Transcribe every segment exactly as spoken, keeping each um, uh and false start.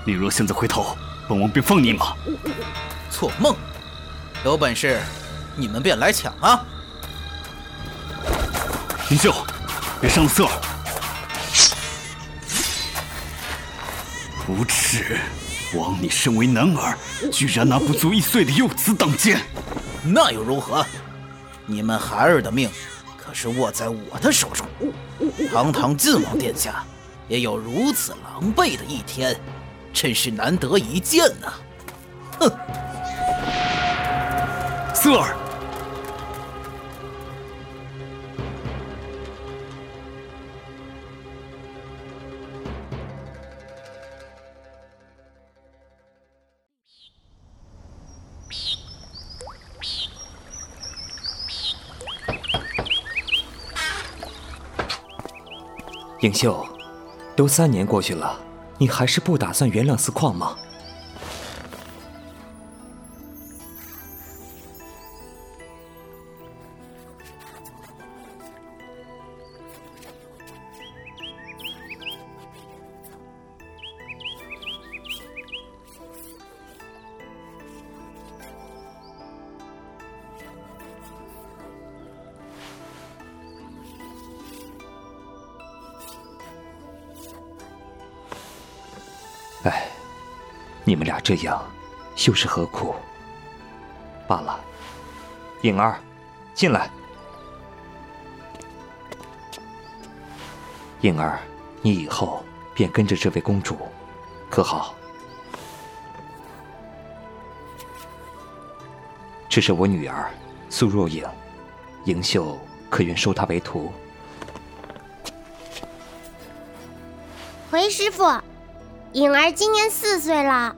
你若现在回头，本王便放你一马。 做梦！有本事你们便来抢啊！ 云秀，别伤了瑟儿！无耻！枉你身为男儿，居然拿不足一岁的幼子挡剑。 那又如何？你们孩儿的命可是握在我的手中。堂堂晋王殿下，也有如此狼狈的一天，真是难得一见呐！哼！ 瑟儿， 影秀，都三年过去了，你还是不打算原谅司旷吗？哎，你们俩这样，又是何苦？罢了，颖儿，进来。颖儿，你以后便跟着这位公主，可好？这是我女儿苏若影，颖秀可愿收她为徒？ 回师傅。颖儿今年四岁了。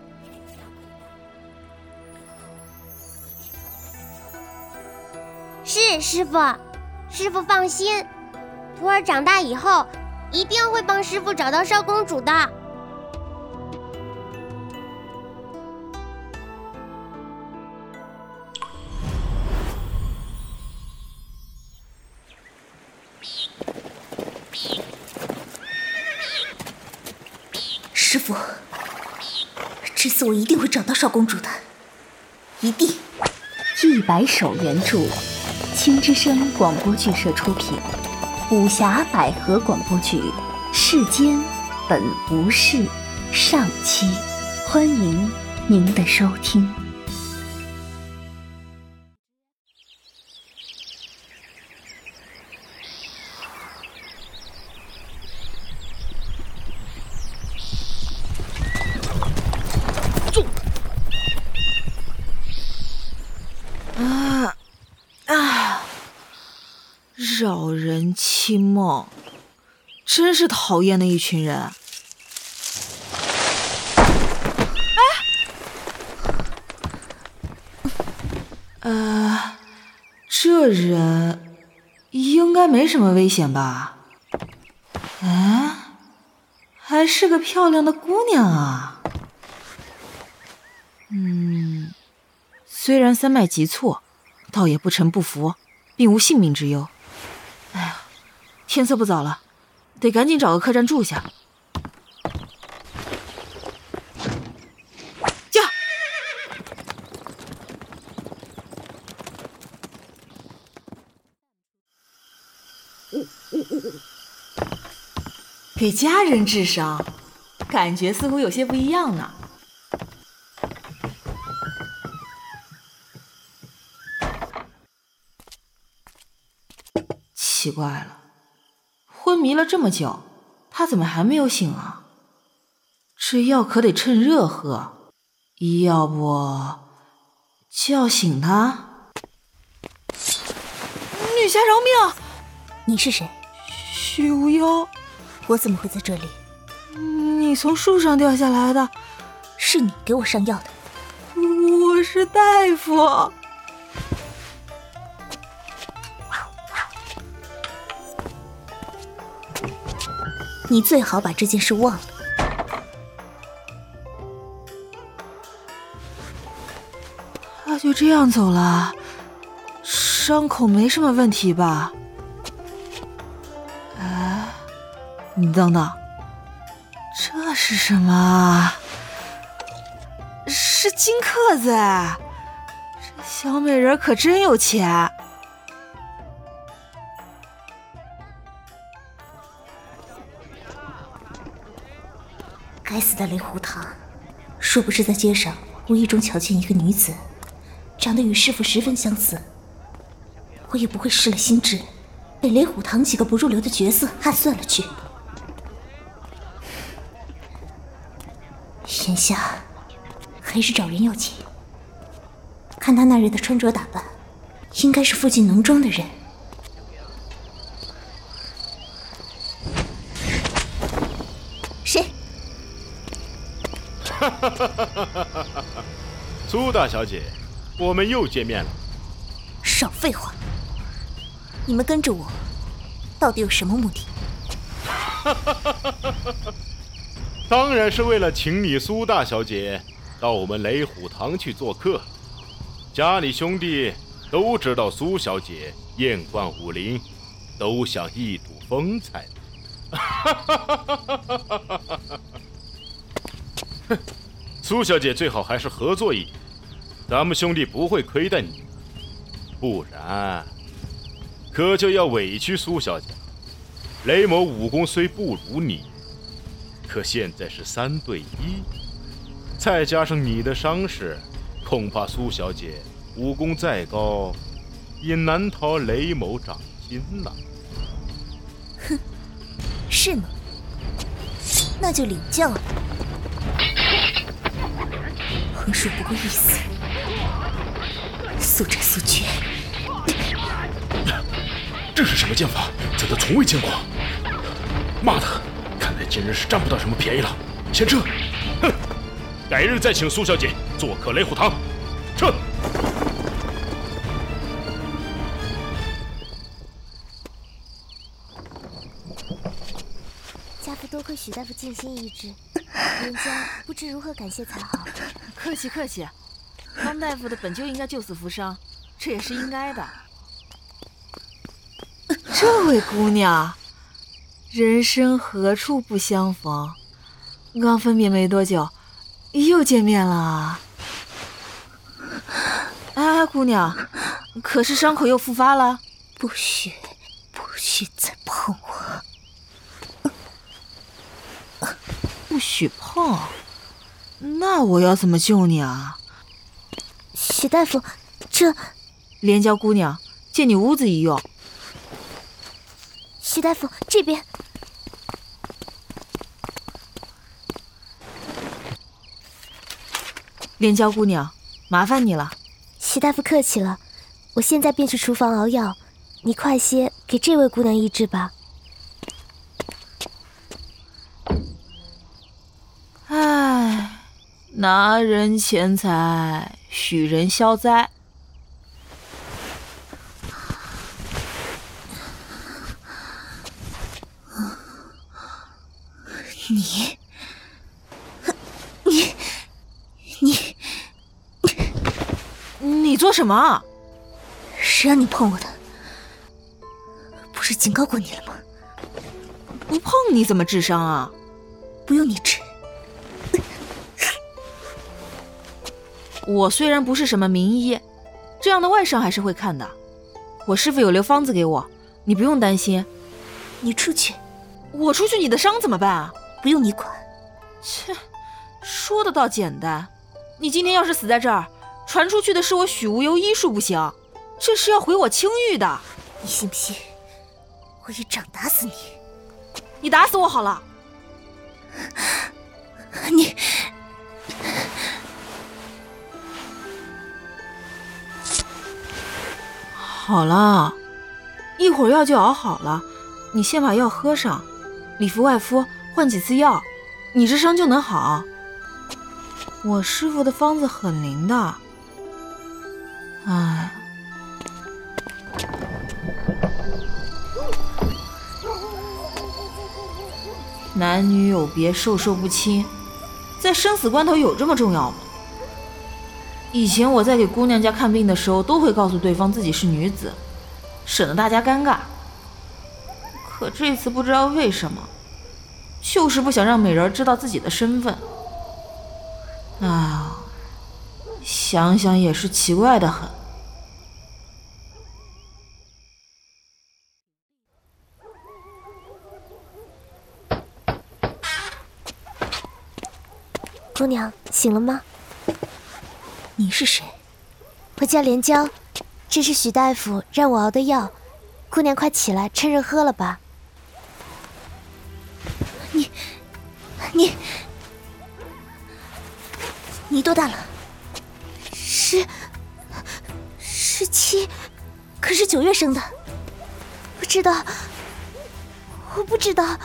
是师傅，师傅放心，徒儿长大以后一定会帮师傅找到少公主的。 师傅，这次我一定会找到少公主的，一定。 一百首原著，青之声广播剧社出品，武侠百合广播剧《世间本无事》上期，欢迎您的收听。 啊啊！扰人清梦，真是讨厌的一群人。哎，呃，这人应该没什么危险吧？哎，还是个漂亮的姑娘啊。嗯。虽然三脉急挫，倒也不臣不服，并无性命之忧。哎呀，天色不早了，得赶紧找个客栈住下。驾！给家人治伤，感觉似乎有些不一样呢。奇怪了，昏迷了这么久，他怎么还没有醒啊？这药可得趁热喝，要不叫醒他？女侠饶命！ 你是谁？ 许无忧。 我怎么会在这里？ 你从树上掉下来的。 是你给我上药的。 我是大夫。 你最好把这件事忘了。 他就这样走了，伤口没什么问题吧？哎，你等等， 这是什么？是金克子哎！这小美人可真有钱。 该死的雷湖堂，殊不知在街上无意中瞧见一个女子，长得与师傅十分相似，我也不会失了心智，被雷虎堂几个不入流的角色暗算了去。眼下还是找人要紧。看他那日的穿着打扮，应该是附近农庄的人。谁？ 哈哈哈哈哈哈！苏大小姐，我们又见面了。 少废话！你们跟着我，到底有什么目的？ 哈哈哈哈哈哈！当然是为了请你苏大小姐到我们雷虎堂去做客。家里兄弟都知道苏小姐艳冠武林，都想一睹风采。苏小姐最好还是合作一点，咱们兄弟不会亏待你，不然可就要委屈苏小姐。雷某武功虽不如你，可现在是三对一，再加上你的伤势，恐怕苏小姐武功再高，也难逃雷某掌心了。 哼，是吗？那就领教了。横竖不过一死，速战速决。 这是什么剑法？咱都从未见过。妈的，看来今日是占不到什么便宜了。先撤！哼，改日再请苏小姐做客雷虎堂。撤！ 家父多亏许大夫尽心医治，人家不知如何感谢才好。 客气客气，方大夫的本就应该救死扶伤，这也是应该的。这位姑娘，人生何处不相逢？刚分别没多久，又见面了啊！哎，姑娘，可是伤口又复发了？ 不许，不许再碰我！ 不许碰？那我要怎么救你啊？ 许大夫，这…… 连娇姑娘，借你屋子一用。 许大夫，这边。 连娇姑娘，麻烦你了。 许大夫客气了，我现在便去厨房熬药，你快些给这位姑娘医治吧。 唉，拿人钱财，许人消灾。 你，你，你， 你做什么？ 谁让你碰我的？不是警告过你了吗？ 不碰你怎么治伤啊？ 不用你治。 我虽然不是什么名医，这样的外伤还是会看的。我师傅有留方子给我，你不用担心。 你出去。 我出去，你的伤怎么办啊？ 不用你管。 切，说的倒简单。你今天要是死在这儿，传出去的是我许无忧医术不行，这是要毁我清誉的。 你信不信我一掌打死你？ 你打死我好了。 你好了，一会儿药就熬好了，你先把药喝上，里服外敷，换几次药，你这伤就能好。我师傅的方子很灵的。唉，男女有别，授受不亲，在生死关头有这么重要吗？以前我在给姑娘家看病的时候，都会告诉对方自己是女子，省得大家尴尬。可这次不知道为什么， 就是不想让美人知道自己的身份。啊，想想也是奇怪的很。 姑娘，醒了吗？ 你是谁？ 我叫连娇，这是许大夫让我熬的药。姑娘快起来，趁热喝了吧。 你，你，你多大了？ 十，十七， 可是九月生的。 不知道，我不知道。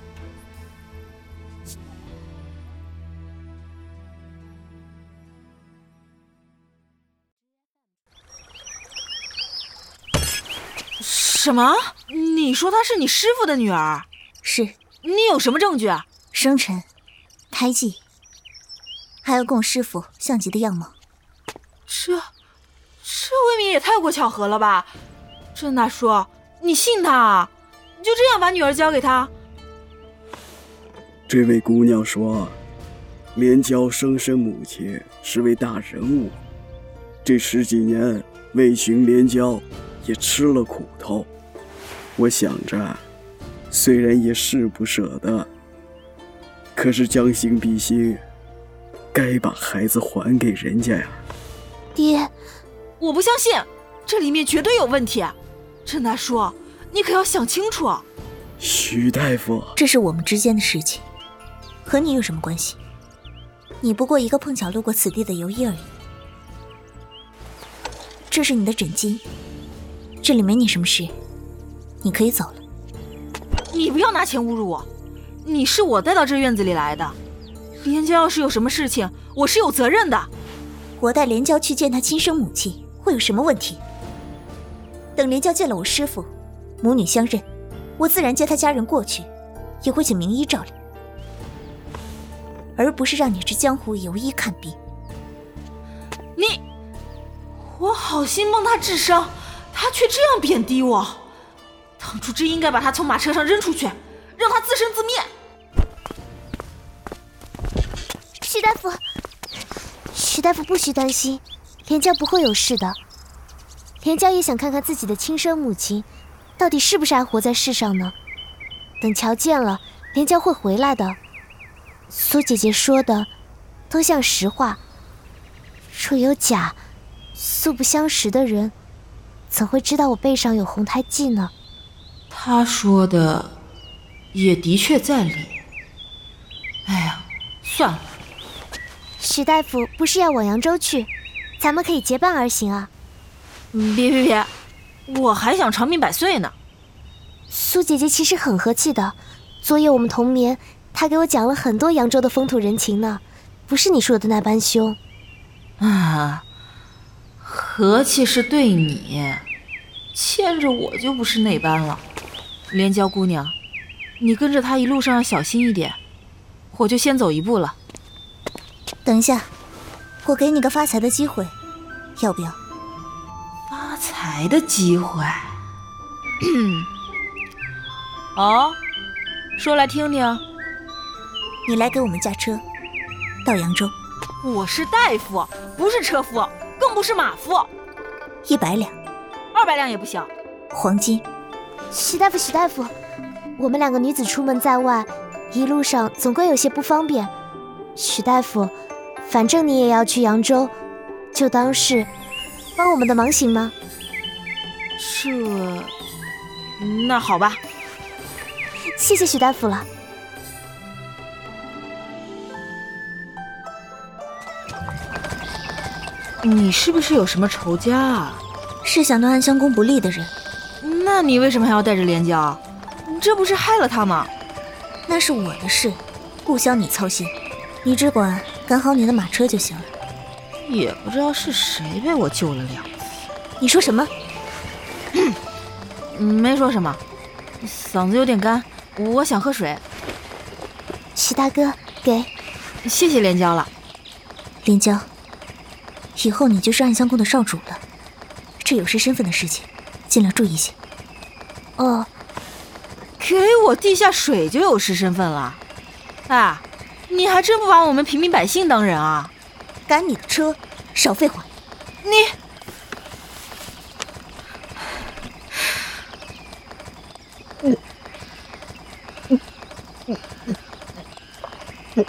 什么？你说她是你师傅的女儿？ 是。 你有什么证据啊？ 生辰、胎记，还有跟我师傅像极的样貌。 这，这未免也太过巧合了吧？郑大叔，你信他啊？你就这样把女儿交给他？ 这位姑娘说，连娇生身母亲是位大人物，这十几年为寻连娇也吃了苦头。我想着，虽然也是不舍得，可是将心比心，该把孩子还给人家呀。 爹， 我不相信，这里面绝对有问题。郑大叔，你可要想清楚。 徐大夫， 这是我们之间的事情，和你有什么关系？你不过一个碰巧路过此地的游医而已。这是你的枕巾，这里没你什么事，你可以走了。 你不要拿钱侮辱我，你是我带到这院子里来的，连娇要是有什么事情，我是有责任的。 我带连娇去见她亲生母亲，会有什么问题？等连娇见了我师父，母女相认，我自然接她家人过去，也会请名医照料，而不是让你这江湖游医看病。 你，我好心帮她治伤，她却这样贬低我。当初真应该把他从马车上扔出去，让他自生自灭。 徐大夫，徐大夫不需担心，连娇不会有事的。连娇也想看看自己的亲生母亲，到底是不是还活在世上呢？等瞧见了，连娇会回来的。苏姐姐说的，都像实话。若有假，素不相识的人，怎会知道我背上有红胎记呢？ 他说的也的确在理。哎呀，算了。 许大夫不是要往扬州去，咱们可以结伴而行啊。 嗯，别别别，我还想长命百岁呢。 苏姐姐其实很和气的，昨夜我们同眠，她给我讲了很多扬州的风土人情呢，不是你说的那般凶。 啊，和气是对你，牵着我就不是那般了。连娇姑娘，你跟着她一路上要小心一点，我就先走一步了。 等一下，我给你个发财的机会，要不要？ 发财的机会？哦，说来听听。 你来给我们驾车，到扬州。 我是大夫，不是车夫，更不是马夫。 一百两， 二百两也不行。 黄金。 徐大夫，徐大夫，我们两个女子出门在外，一路上总归有些不方便。徐大夫，反正你也要去扬州，就当是帮我们的忙，行吗？ 这，那好吧。 谢谢徐大夫了。 你是不是有什么仇家啊？ 是想对安襄公不利的人。 那你为什么还要带着连娇？你这不是害了他吗？ 那是我的事，不需要你操心，你只管赶好你的马车就行了。 也不知道是谁被我救了两次。 你说什么？ 嗯，没说什么，嗓子有点干，我想喝水。 徐大哥，给。 谢谢连娇了。 连娇，以后你就是安襄公的少主了，这有失身份的事情，尽量注意些。 哦， 给我递下水就有失身份了？ 哎，你还真不把我们平民百姓当人啊！ 赶你的车，少废话。 你。 嗯嗯嗯嗯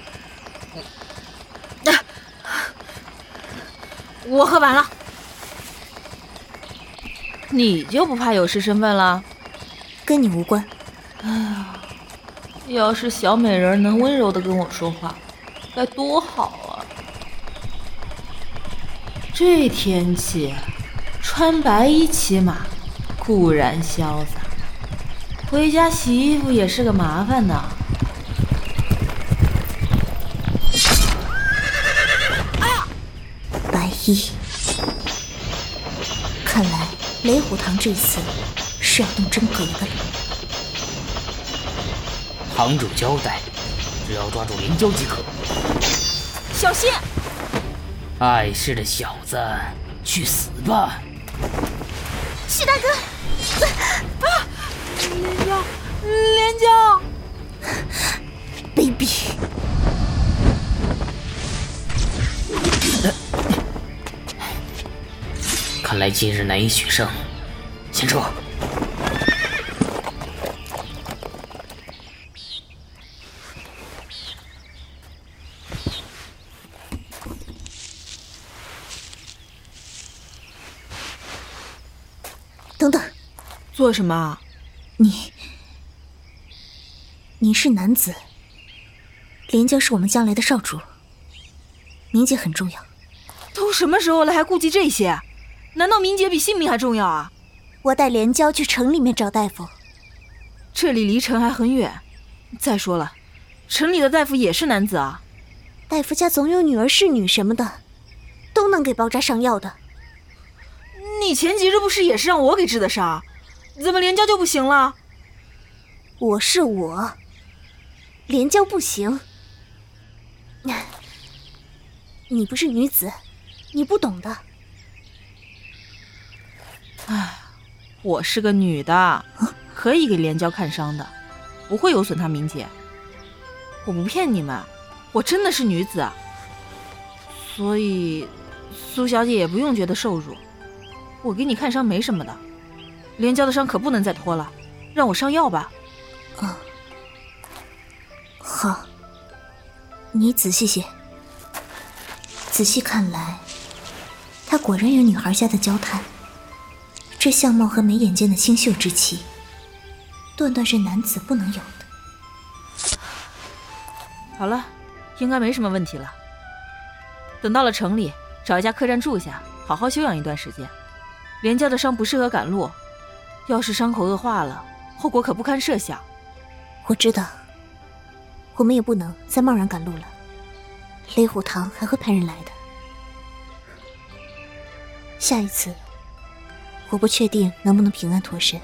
我喝完了。你就不怕有失身份了？ 跟你无关。 哎呀，要是小美人能温柔地跟我说话，该多好啊！这天气，穿白衣骑马固然潇洒，回家洗衣服也是个麻烦呢。 哎呀！白衣，看来雷虎堂这次是要动真格的了。 堂主交代，只要抓住连娇即可。 小心！ 碍事的小子，去死吧！ 许大哥， 啊！连娇，连娇， 卑鄙！ 看来今日难以取胜，先撤。 等等， 做什么？ 你，你是男子，连娇是我们将来的少主，名节很重要。 都什么时候了，还顾及这些？难道名节比性命还重要啊？ 我带连娇去城里面找大夫。 这里离城还很远。再说了，城里的大夫也是男子啊。 大夫家总有女儿侍女什么的，都能给包扎上药的。 你前几日不是也是让我给治的伤，怎么连娇就不行了？ 我是我，连娇不行。你不是女子，你不懂的。 唉，我是个女的，可以给连娇看伤的，不会有损她名节。我不骗你们，我真的是女子，所以苏小姐也不用觉得受辱。我给你看伤没什么的，连娇的伤可不能再拖了，让我上药吧。 啊，好，你仔细些。仔细看来，她果然有女孩家的娇态，这相貌和眉眼间的清秀之气，断断是男子不能有的。 好了，应该没什么问题了。等到了城里，找一家客栈住下，好好休养一段时间。连娇的伤不适合赶路，要是伤口恶化了，后果可不堪设想。 我知道，我们也不能再贸然赶路了。雷虎堂还会派人来的。下一次，我不确定能不能平安脱身。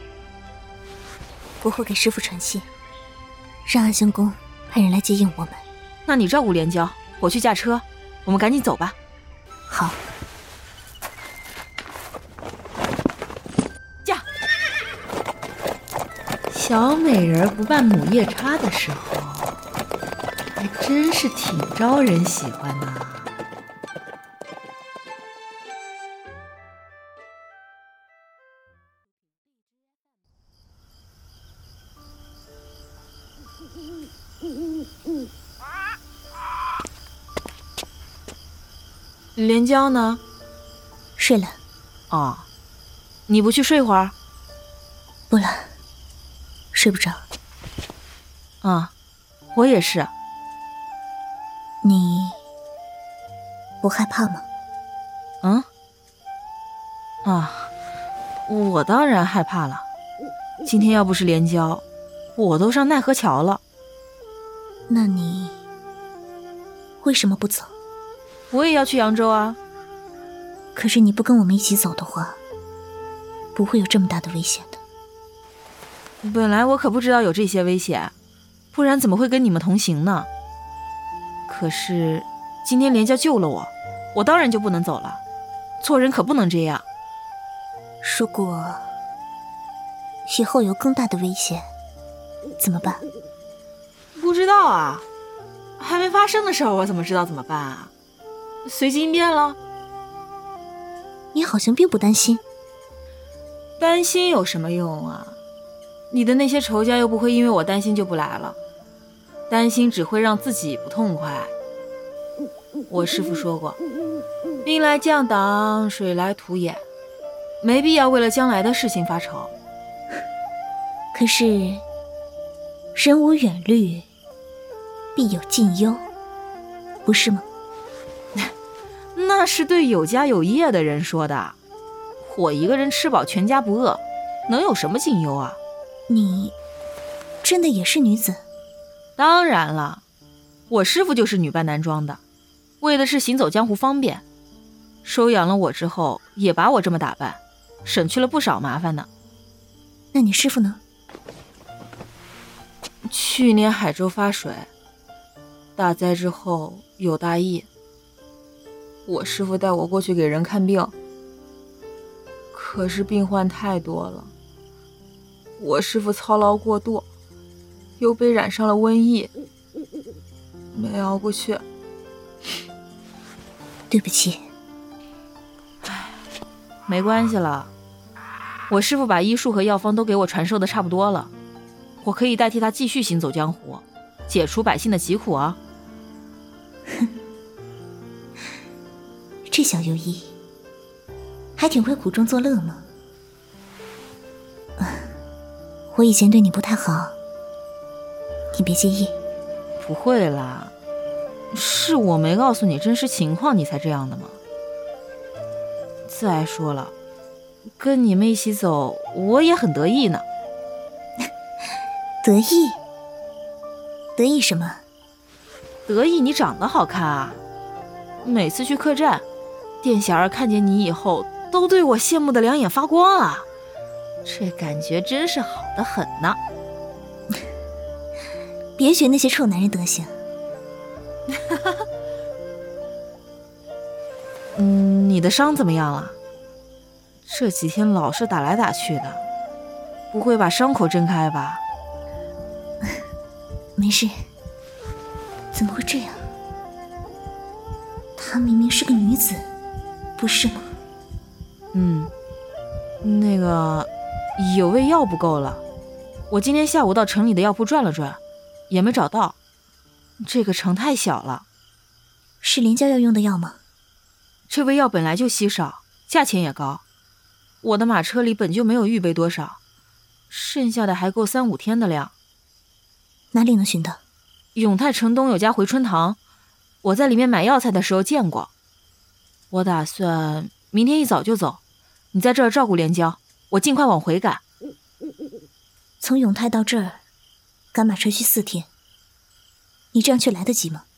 我会给师父传信，让安香宫派人来接应我们。 那你照顾连娇，我去驾车，我们赶紧走吧。 好。 驾！小美人不办母夜叉的时候，还真是挺招人喜欢呢。连娇呢？ 睡了。 哦，你不去睡会儿？ 不了，睡不着。 啊，我也是。 你不害怕吗？ 嗯？啊，我当然害怕了。今天要不是连娇，我都上奈何桥了。 那你为什么不走？ 我也要去扬州啊。 可是你不跟我们一起走的话，不会有这么大的危险的。 本来我可不知道有这些危险，不然怎么会跟你们同行呢？可是今天连娇救了我，我当然就不能走了。做人可不能这样。 如果以后有更大的危险，怎么办？ 不不知道啊，还没发生的事儿，我怎么知道怎么办啊？随机应变了。 你好像并不担心。 担心有什么用啊？你的那些仇家又不会因为我担心就不来了，担心只会让自己不痛快。我师父说过，兵来将挡，水来土掩，没必要为了将来的事情发愁。 可是人无远虑，必有近忧，不是吗？ 那是对有家有业的人说的。我一个人吃饱全家不饿，能有什么近忧啊？ 你真的也是女子？ 当然了，我师父就是女扮男装的，为的是行走江湖方便。收养了我之后，也把我这么打扮，省去了不少麻烦呢。 那你师父呢？ 去年海州发水，大灾之后有大疫，我师父带我过去给人看病，可是病患太多了，我师父操劳过度，又被染上了瘟疫，没熬过去。 对不起。 唉，没关系了，我师父把医术和药方都给我传授的差不多了，我可以代替他继续行走江湖，解除百姓的疾苦啊。 哼，这小游医还挺会苦中作乐嘛。我以前对你不太好，你别介意。 不会啦，是我没告诉你真实情况，你才这样的吗？再说了，跟你们一起走，我也很得意呢。 得意？得意什么？ 得意你长得好看啊！每次去客栈，店小二看见你以后，都对我羡慕的两眼发光啊！这感觉真是好得很呢。 别学那些臭男人德行。 嗯，你的伤怎么样了？这几天老是打来打去的，不会把伤口挣开吧？ 没事。怎么会这样？她明明是个女子，不是吗？ 嗯，那个有味药不够了，我今天下午到城里的药铺转了转，也没找到。这个城太小了。 是连家要用的药吗？ 这味药本来就稀少，价钱也高，我的马车里本就没有预备多少，剩下的还够三五天的量。 哪里能寻到？ 永泰城东有家回春堂，我在里面买药材的时候见过。我打算明天一早就走，你在这儿照顾连娇，我尽快往回赶。 从永泰到这儿，赶马车需四天，你这样去来得及吗？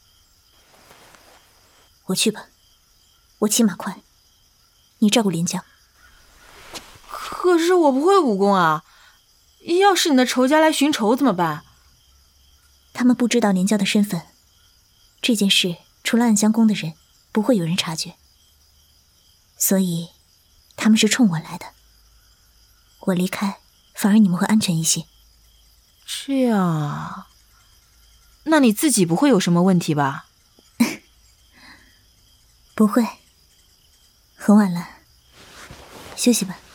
我去吧，我骑马快，你照顾连娇。 可是我不会武功啊，要是你的仇家来寻仇怎么办？ 他们不知道连娇的身份，这件事除了暗香宫的人，不会有人察觉，所以他们是冲我来的。我离开，反而你们会安全一些。 这样啊，那你自己不会有什么问题吧？ 不会。很晚了，休息吧。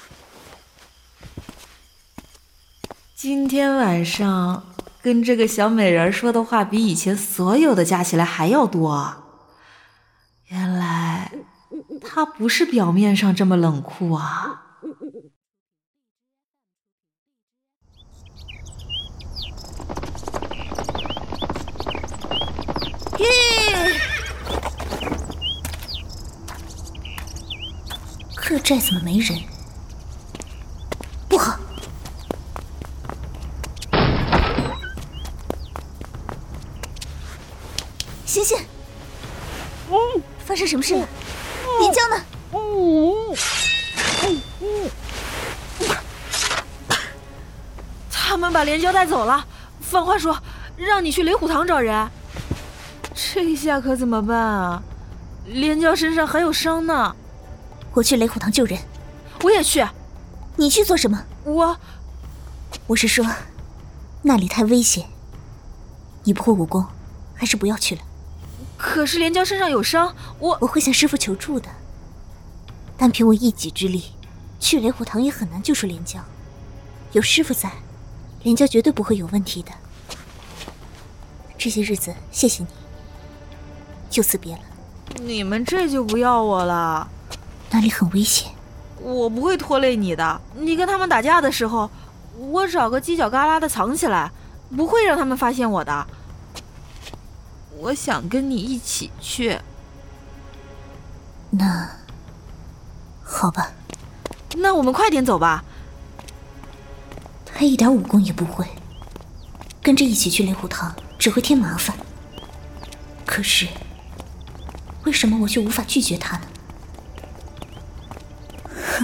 今天晚上跟这个小美人说的话比以前所有的加起来还要多。原来她不是表面上这么冷酷啊。 客栈怎么没人？不好！星星，发生什么事了？连娇呢？ 他们把连娇带走了。放话说，让你去雷虎堂找人。这下可怎么办啊？连娇身上还有伤呢。 我去雷虎堂救人。 我也去。 你去做什么？ 我， 我是说，那里太危险， 你不会武功，还是不要去了。 可是连娇身上有伤，我我会向师父求助的。单凭我一己之力，去雷虎堂也很难救出连娇。有师父在，连娇绝对不会有问题的。这些日子谢谢你，就此别了。 你们这就不要我了。 那里很危险。 我不会拖累你的。你跟他们打架的时候，我找个犄角旮旯的藏起来，不会让他们发现我的。我想跟你一起去。 那好吧。 那我们快点走吧。 他一点武功也不会，跟着一起去雷虎堂只会添麻烦。可是为什么我却无法拒绝他呢？哼，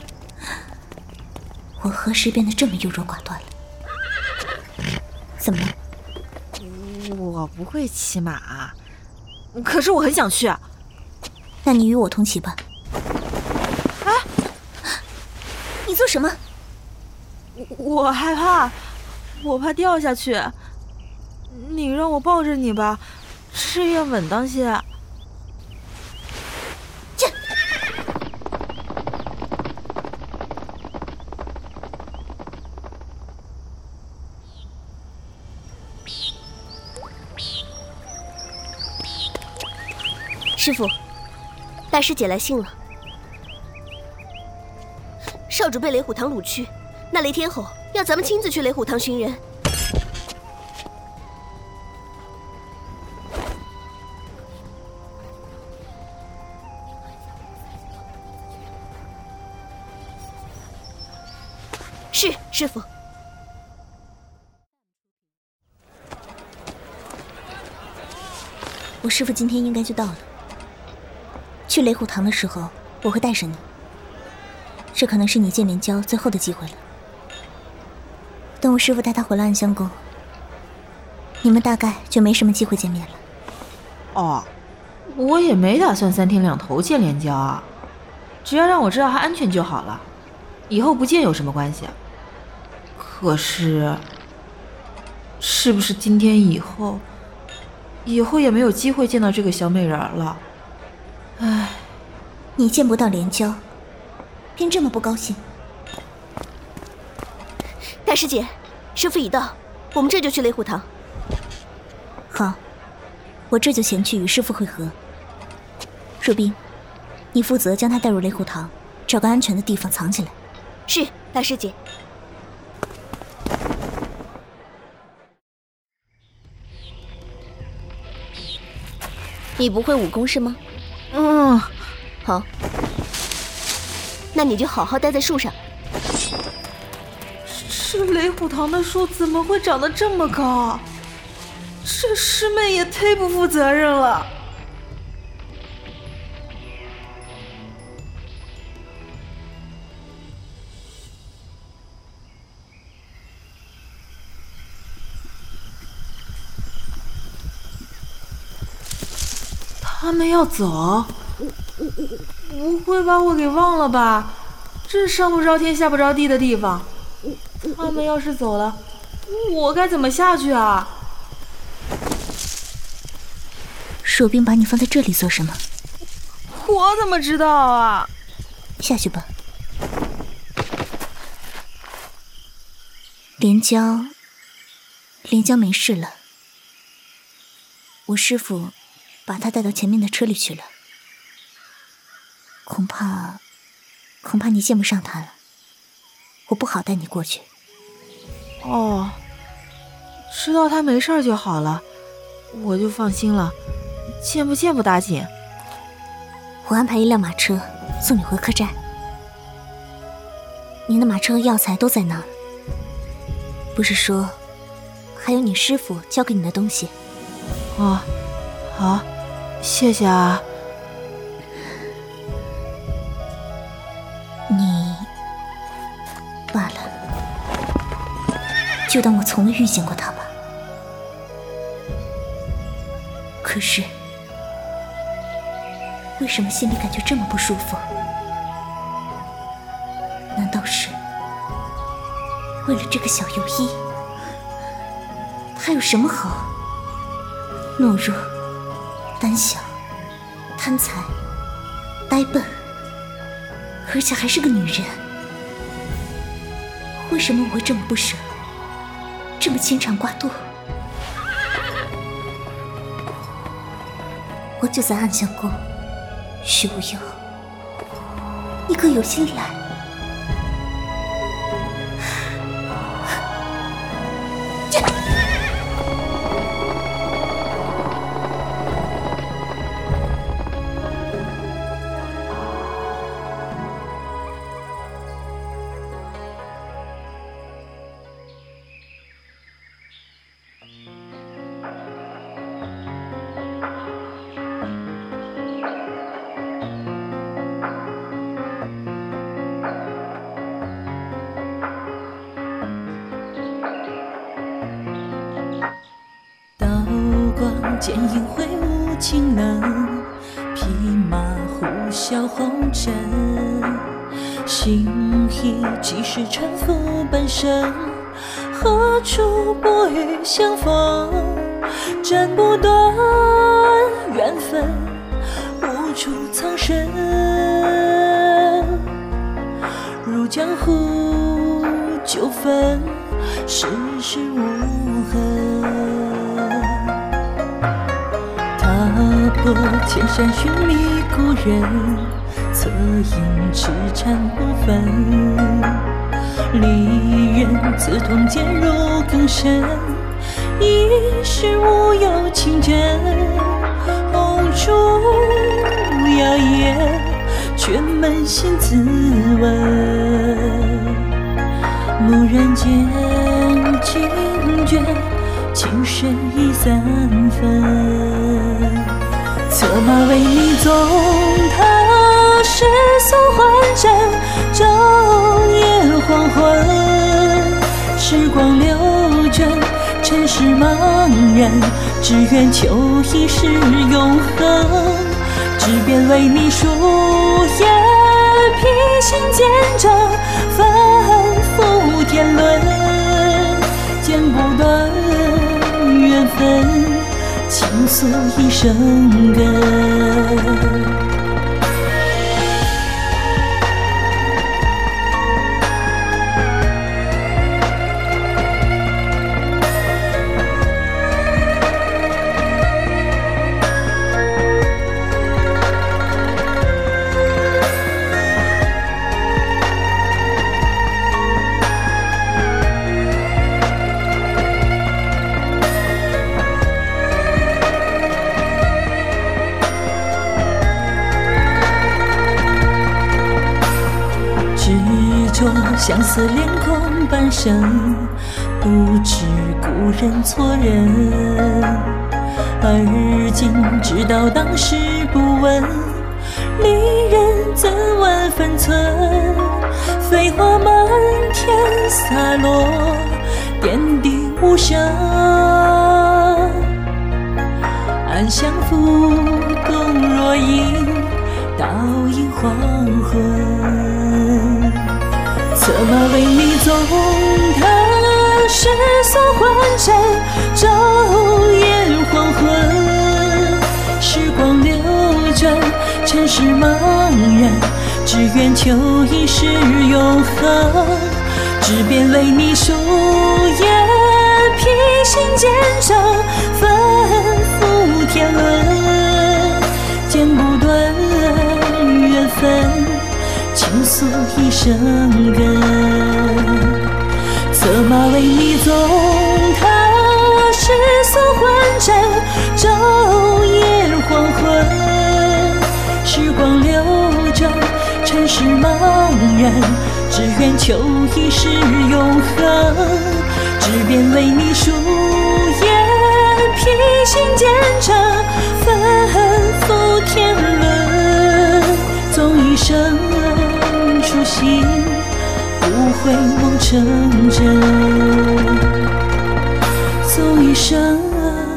我何时变得这么优柔寡断了？怎么了？ 我不会骑马，可是我很想去。 那你与我同骑吧。 啊！ 你做什么？ 我害怕，我怕掉下去。你让我抱着你吧，这样稳当些。 切！ 师父，大师姐来信了。少主被雷虎堂掳去，那雷天吼要咱们亲自去雷虎堂寻人。是，师父。 我师父今天应该就到了。去雷虎堂的时候，我会带上你。这可能是你见连娇最后的机会了。等我师父带他回了暗香宫，你们大概就没什么机会见面了。 哦，我也没打算三天两头见连娇啊，只要让我知道她安全就好了，以后不见有什么关系。可是，是不是今天以后，以后也没有机会见到这个小美人了？唉， 你见不到连娇，便这么不高兴？ 大师姐，师父已到，我们这就去雷虎堂。 好，我这就前去与师父会合。若冰，你负责将他带入雷虎堂，找个安全的地方藏起来。 是，大师姐。你不会武功是吗？ 嗯， 好。那你就好好待在树上。 这雷虎堂的树怎么会长得这么高？这师妹也忒不负责任了。他们要走，不会把我给忘了吧？这上不着天下不着地的地方，他们要是走了，我该怎么下去啊？ 若冰把你放在这里做什么？ 我怎么知道啊？ 下去吧。连娇，连娇没事了，我师父把他带到前面的车里去了。恐怕，恐怕你见不上他了，我不好带你过去。 哦，知道他没事就好了，我就放心了。见不见不打紧。 我安排一辆马车送你回客栈，你的马车和药材都在那儿。不是说还有你师父交给你的东西？ 哦，好，谢谢啊。 你罢了，就当我从未遇见过他吧。可是为什么心里感觉这么不舒服？难道是为了这个小游医？他有什么好懦弱、胆小、贪财、呆笨，而且还是个女人。为什么我会这么不舍，这么牵肠挂肚？我就在暗香宫，许无忧，你可有心来？ 剑影挥舞清冷，匹马呼啸红尘。心意几时沉浮半生？何处薄雨相逢？斩不断缘分，无处藏身。入江湖纠纷，世事无痕。踏破千山寻觅故人，侧影痴缠不分。离人刺痛渐入更深，一世无有情真。红烛摇曳，却扪心自问。蓦然间惊觉，情深已三分。策马为你纵，他世俗幻阵，昼夜黄昏。时光流转，尘世茫然，只愿求一世永恒。只便为你书页，披星见证，反复天伦，剪不断缘分，倾诉一生根。相思连空半生，不知故人错人。而今知道当时不问，离人怎问分寸？飞花满天洒落，点滴无声。暗香浮动若影，倒映黄昏。策马为你纵，他世俗幻阵，昼夜黄昏。时光流转，尘世茫然，只愿求一世永恒。只便为你书页，披星见证，反复天伦，剪不断缘分，倾诉一生根。策马为你纵，他世俗幻阵，昼夜黄昏。时光流转，尘世茫然，只愿求一世永恒。只便为你书页，披星见证，反复天伦，纵一生初心，不悔梦成真。纵一生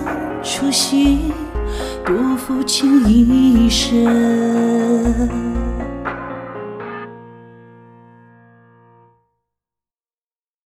初心，不负情一生。